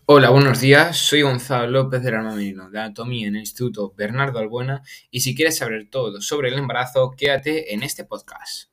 Hola, buenos días. Soy Gonzalo López del Armamento de Anatomía en el Instituto Bernardo Albuena y si quieres saber todo sobre el embarazo, quédate en este podcast.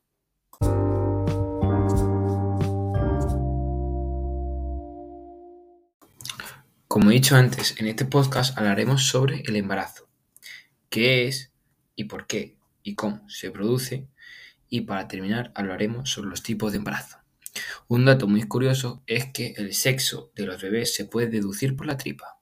Como he dicho antes, en este podcast hablaremos sobre el embarazo, qué es y por qué y cómo se produce y para terminar hablaremos sobre los tipos de embarazo. Un dato muy curioso es que el sexo de los bebés se puede deducir por la tripa.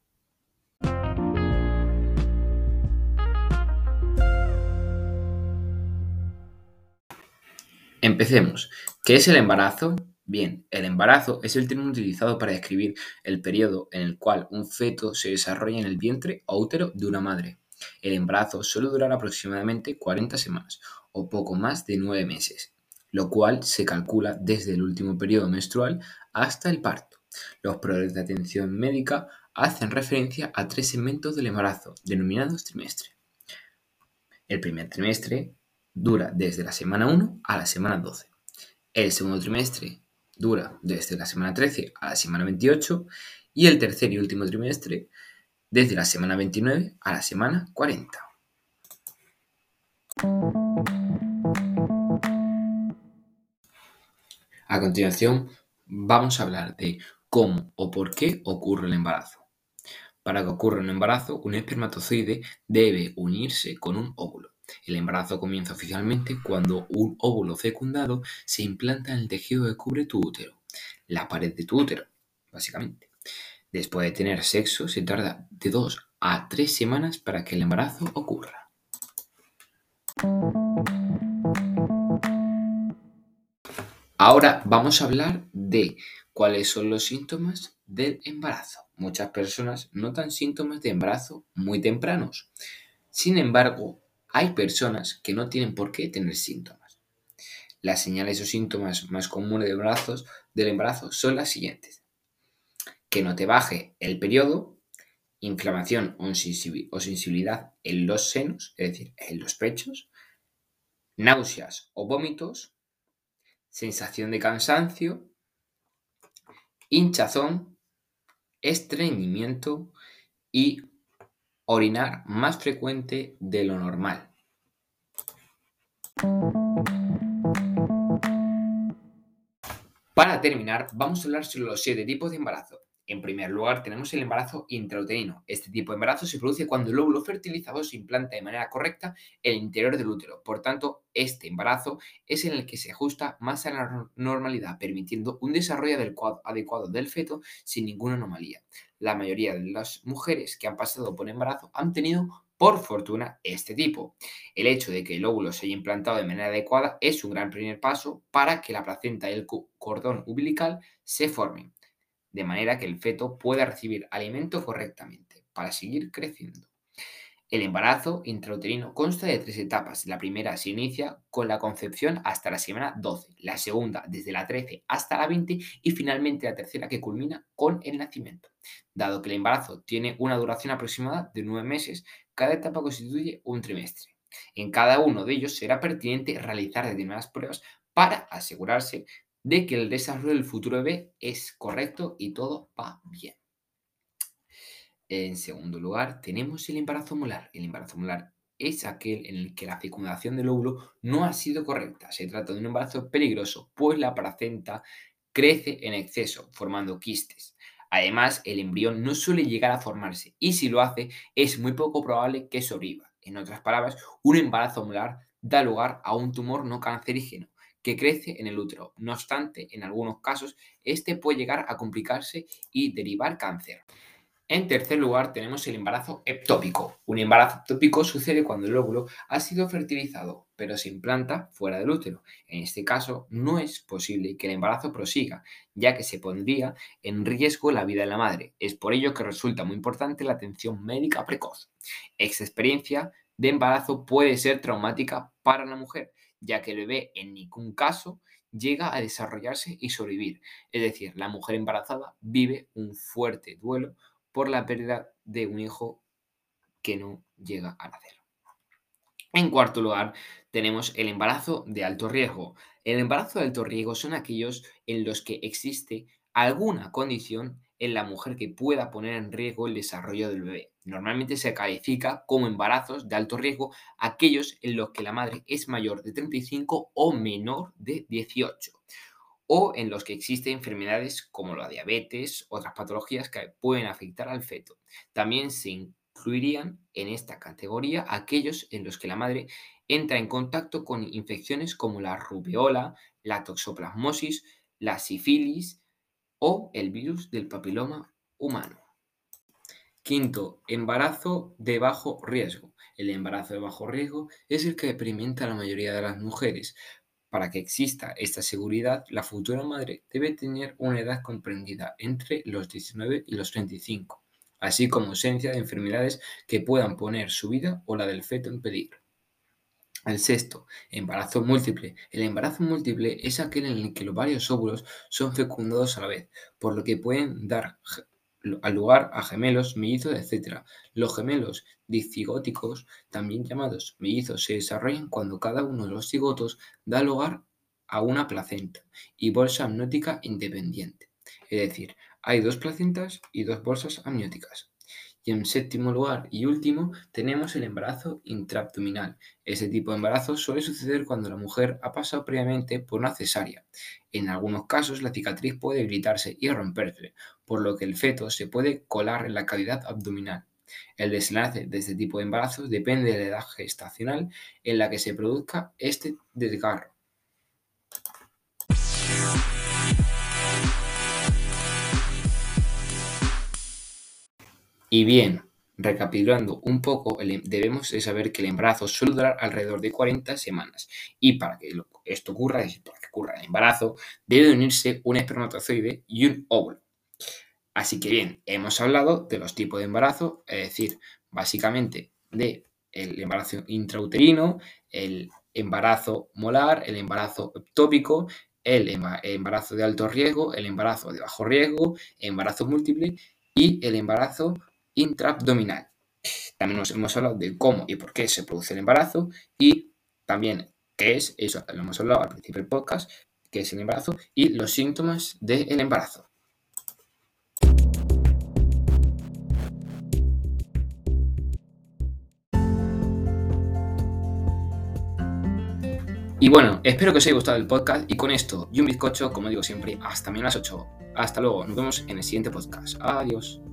Empecemos. ¿Qué es el embarazo? Bien, el embarazo es el término utilizado para describir el periodo en el cual un feto se desarrolla en el vientre o útero de una madre. El embarazo suele durar aproximadamente 40 semanas o poco más de 9 meses, lo cual se calcula desde el último periodo menstrual hasta el parto. Los proveedores de atención médica hacen referencia a 3 segmentos del embarazo, denominados trimestres. El primer trimestre dura desde la semana 1 a la semana 12. El segundo trimestre dura desde la semana 13 a la semana 28 y el tercer y último trimestre desde la semana 29 a la semana 40. A continuación, vamos a hablar de cómo o por qué ocurre el embarazo. Para que ocurra un embarazo, un espermatozoide debe unirse con un óvulo. El embarazo comienza oficialmente cuando un óvulo fecundado se implanta en el tejido que cubre tu útero, la pared de tu útero, básicamente. Después de tener sexo, se tarda de 2 a 3 semanas para que el embarazo ocurra. Ahora vamos a hablar de cuáles son los síntomas del embarazo. Muchas personas notan síntomas de embarazo muy tempranos. Sin embargo, hay personas que no tienen por qué tener síntomas. Las señales o síntomas más comunes del embarazo son las siguientes: que no te baje el periodo, inflamación o sensibilidad en los senos, es decir, en los pechos, náuseas o vómitos, sensación de cansancio, hinchazón, estreñimiento y orinar más frecuente de lo normal. Para terminar, vamos a hablar sobre los 7 tipos de embarazo. En primer lugar, tenemos el embarazo intrauterino. Este tipo de embarazo se produce cuando el óvulo fertilizador se implanta de manera correcta en el interior del útero. Por tanto, este embarazo es en el que se ajusta más a la normalidad, permitiendo un desarrollo adecuado del feto sin ninguna anomalía. La mayoría de las mujeres que han pasado por embarazo han tenido, por fortuna, este tipo. El hecho de que el óvulo se haya implantado de manera adecuada es un gran primer paso para que la placenta y el cordón umbilical se formen, de manera que el feto pueda recibir alimento correctamente para seguir creciendo. El embarazo intrauterino consta de 3 etapas. La primera se inicia con la concepción hasta la semana 12, la segunda desde la 13 hasta la 20 y finalmente la tercera que culmina con el nacimiento. Dado que el embarazo tiene una duración aproximada de 9 meses, cada etapa constituye un trimestre. En cada uno de ellos será pertinente realizar determinadas pruebas para asegurarse de que el desarrollo del futuro bebé es correcto y todo va bien. En segundo lugar, tenemos el embarazo molar. El embarazo molar es aquel en el que la fecundación del óvulo no ha sido correcta. Se trata de un embarazo peligroso, pues la placenta crece en exceso, formando quistes. Además, el embrión no suele llegar a formarse y si lo hace, es muy poco probable que sobreviva. En otras palabras, un embarazo molar da lugar a un tumor no cancerígeno que crece en el útero. No obstante, en algunos casos, este puede llegar a complicarse y derivar cáncer. En tercer lugar, tenemos el embarazo ectópico. Un embarazo ectópico sucede cuando el óvulo ha sido fertilizado, pero se implanta fuera del útero. En este caso, no es posible que el embarazo prosiga, ya que se pondría en riesgo la vida de la madre. Es por ello que resulta muy importante la atención médica precoz. Esta experiencia de embarazo puede ser traumática para la mujer, ya que el bebé en ningún caso llega a desarrollarse y sobrevivir. Es decir, la mujer embarazada vive un fuerte duelo por la pérdida de un hijo que no llega a nacer. En cuarto lugar, tenemos el embarazo de alto riesgo. El embarazo de alto riesgo son aquellos en los que existe alguna condición en la mujer que pueda poner en riesgo el desarrollo del bebé. Normalmente se califica como embarazos de alto riesgo aquellos en los que la madre es mayor de 35 o menor de 18, o en los que existen enfermedades como la diabetes, otras patologías que pueden afectar al feto. También se incluirían en esta categoría aquellos en los que la madre entra en contacto con infecciones como la rubiola, la toxoplasmosis, la sífilis o el virus del papiloma humano. Quinto, embarazo de bajo riesgo. El embarazo de bajo riesgo es el que experimenta la mayoría de las mujeres. Para que exista esta seguridad, la futura madre debe tener una edad comprendida entre los 19 y los 35, así como ausencia de enfermedades que puedan poner su vida o la del feto en peligro. El sexto, embarazo múltiple. El embarazo múltiple es aquel en el que los varios óvulos son fecundados a la vez, por lo que pueden dar al lugar a gemelos, mellizos, etc. Los gemelos dicigóticos, también llamados mellizos, se desarrollan cuando cada uno de los cigotos da lugar a una placenta y bolsa amniótica independiente. Es decir, hay dos placentas y dos bolsas amnióticas. Y en séptimo lugar y último tenemos el embarazo intraabdominal. Este tipo de embarazo suele suceder cuando la mujer ha pasado previamente por una cesárea. En algunos casos la cicatriz puede debilitarse y romperse, por lo que el feto se puede colar en la cavidad abdominal. El desenlace de este tipo de embarazos depende de la edad gestacional en la que se produzca este desgarro. Y bien, recapitulando un poco, debemos de saber que el embarazo suele durar alrededor de 40 semanas. Y para que esto ocurra, es decir, para que ocurra el embarazo, debe unirse un espermatozoide y un óvulo. Así que bien, hemos hablado de los tipos de embarazo, es decir, básicamente de el embarazo intrauterino, el embarazo molar, el embarazo ectópico, el embarazo de alto riesgo, el embarazo de bajo riesgo, embarazo múltiple y el embarazo intraabdominal. También hemos hablado de cómo y por qué se produce el embarazo y también qué es, eso lo hemos hablado al principio del podcast, qué es el embarazo y los síntomas del embarazo. Y bueno, espero que os haya gustado el podcast y con esto y un bizcocho, como digo siempre, hasta mañana a las 8. Hasta luego, nos vemos en el siguiente podcast. Adiós.